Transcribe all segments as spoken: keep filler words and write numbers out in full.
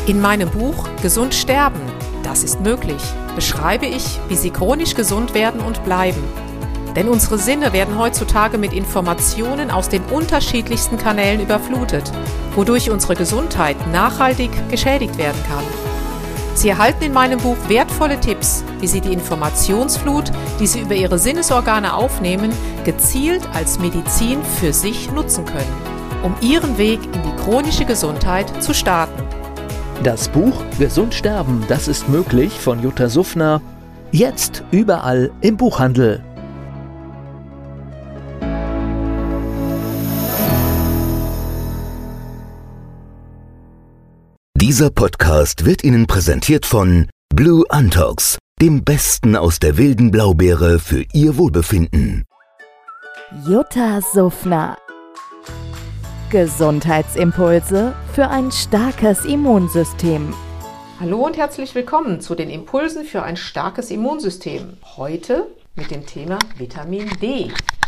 In meinem Buch Gesund sterben, das ist möglich, beschreibe ich, wie Sie chronisch gesund werden und bleiben. Denn unsere Sinne werden heutzutage mit Informationen aus den unterschiedlichsten Kanälen überflutet, wodurch unsere Gesundheit nachhaltig geschädigt werden kann. Sie erhalten in meinem Buch wertvolle Tipps, wie Sie die Informationsflut, die Sie über Ihre Sinnesorgane aufnehmen, gezielt als Medizin für sich nutzen können, um Ihren Weg in die chronische Gesundheit zu starten. Das Buch Gesund sterben, das ist möglich von Jutta Suffner. Jetzt überall im Buchhandel. Dieser Podcast wird Ihnen präsentiert von Blue Antox, dem Besten aus der wilden Blaubeere für Ihr Wohlbefinden. Jutta Suffner. Gesundheitsimpulse für ein starkes Immunsystem. Hallo und herzlich willkommen zu den Impulsen für ein starkes Immunsystem. Heute mit dem Thema Vitamin D.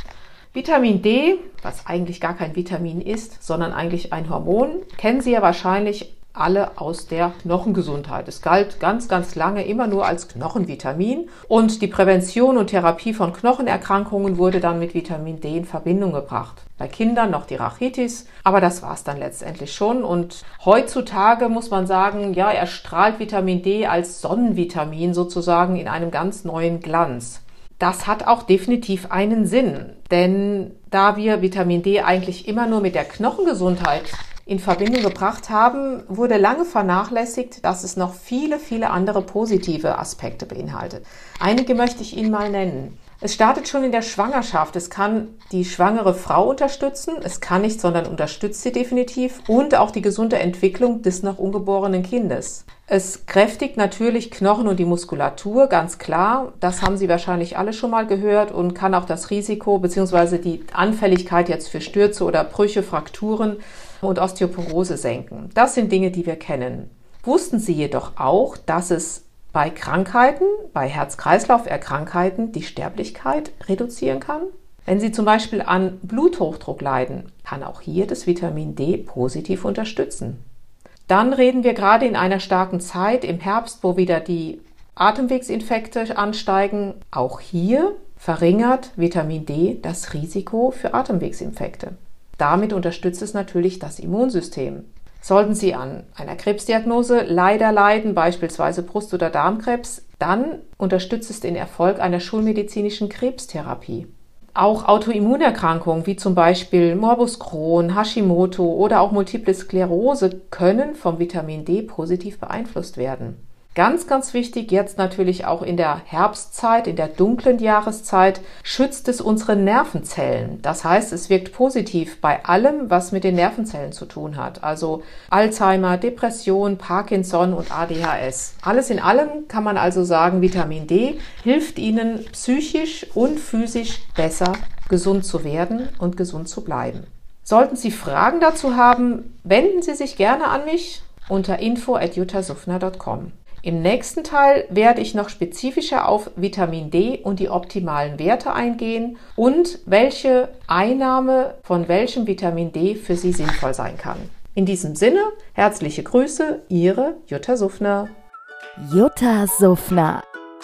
Vitamin D, was eigentlich gar kein Vitamin ist, sondern eigentlich ein Hormon, kennen Sie ja wahrscheinlich alle aus der Knochengesundheit. Es galt ganz, ganz lange immer nur als Knochenvitamin und die Prävention und Therapie von Knochenerkrankungen wurde dann mit Vitamin D in Verbindung gebracht. Bei Kindern noch die Rachitis, aber das war es dann letztendlich schon. Und heutzutage muss man sagen, ja, erstrahlt Vitamin D als Sonnenvitamin sozusagen in einem ganz neuen Glanz. Das hat auch definitiv einen Sinn, denn da wir Vitamin D eigentlich immer nur mit der Knochengesundheit in Verbindung gebracht haben, wurde lange vernachlässigt, dass es noch viele, viele andere positive Aspekte beinhaltet. Einige möchte ich Ihnen mal nennen. Es startet schon in der Schwangerschaft. Es kann die schwangere Frau unterstützen. Es kann nicht, sondern unterstützt sie definitiv. Und auch die gesunde Entwicklung des noch ungeborenen Kindes. Es kräftigt natürlich Knochen und die Muskulatur, ganz klar. Das haben Sie wahrscheinlich alle schon mal gehört und kann auch das Risiko bzw. die Anfälligkeit jetzt für Stürze oder Brüche, Frakturen und Osteoporose senken. Das sind Dinge, die wir kennen. Wussten Sie jedoch auch, dass es bei Krankheiten, bei Herz-Kreislauf-Erkrankheiten die Sterblichkeit reduzieren kann? Wenn Sie zum Beispiel an Bluthochdruck leiden, kann auch hier das Vitamin D positiv unterstützen. Dann reden wir gerade in einer starken Zeit im Herbst, wo wieder die Atemwegsinfekte ansteigen. Auch hier verringert Vitamin D das Risiko für Atemwegsinfekte. Damit unterstützt es natürlich das Immunsystem. Sollten Sie an einer Krebsdiagnose leider leiden, beispielsweise Brust- oder Darmkrebs, dann unterstützt es den Erfolg einer schulmedizinischen Krebstherapie. Auch Autoimmunerkrankungen wie zum Beispiel Morbus Crohn, Hashimoto oder auch Multiple Sklerose können vom Vitamin D positiv beeinflusst werden. Ganz, ganz wichtig jetzt natürlich auch in der Herbstzeit, in der dunklen Jahreszeit, schützt es unsere Nervenzellen. Das heißt, es wirkt positiv bei allem, was mit den Nervenzellen zu tun hat. Also Alzheimer, Depression, Parkinson und A D H S. Alles in allem kann man also sagen, Vitamin D hilft Ihnen psychisch und physisch besser gesund zu werden und gesund zu bleiben. Sollten Sie Fragen dazu haben, wenden Sie sich gerne an mich unter info at jutta suffner punkt com. Im nächsten Teil werde ich noch spezifischer auf Vitamin D und die optimalen Werte eingehen und welche Einnahme von welchem Vitamin D für Sie sinnvoll sein kann. In diesem Sinne, herzliche Grüße, Ihre Jutta Suffner. Jutta Suffner.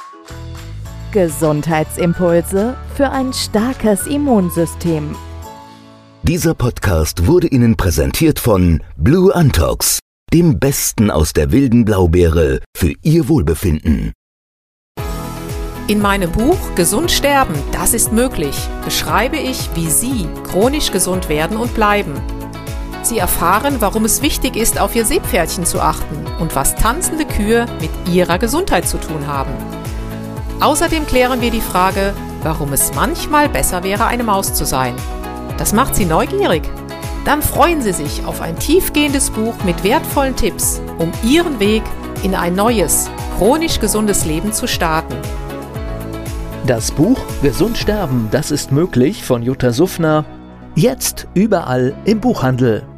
Gesundheitsimpulse für ein starkes Immunsystem. Dieser Podcast wurde Ihnen präsentiert von Blue Antox, dem Besten aus der wilden Blaubeere für Ihr Wohlbefinden. In meinem Buch Gesund sterben, das ist möglich, beschreibe ich, wie Sie chronisch gesund werden und bleiben. Sie erfahren, warum es wichtig ist, auf Ihr Seepferdchen zu achten und was tanzende Kühe mit Ihrer Gesundheit zu tun haben. Außerdem klären wir die Frage, warum es manchmal besser wäre, eine Maus zu sein. Das macht Sie neugierig. Dann freuen Sie sich auf ein tiefgehendes Buch mit wertvollen Tipps, um Ihren Weg in ein neues, chronisch gesundes Leben zu starten. Das Buch Gesund sterben, das ist möglich von Jutta Suffner. Jetzt überall im Buchhandel.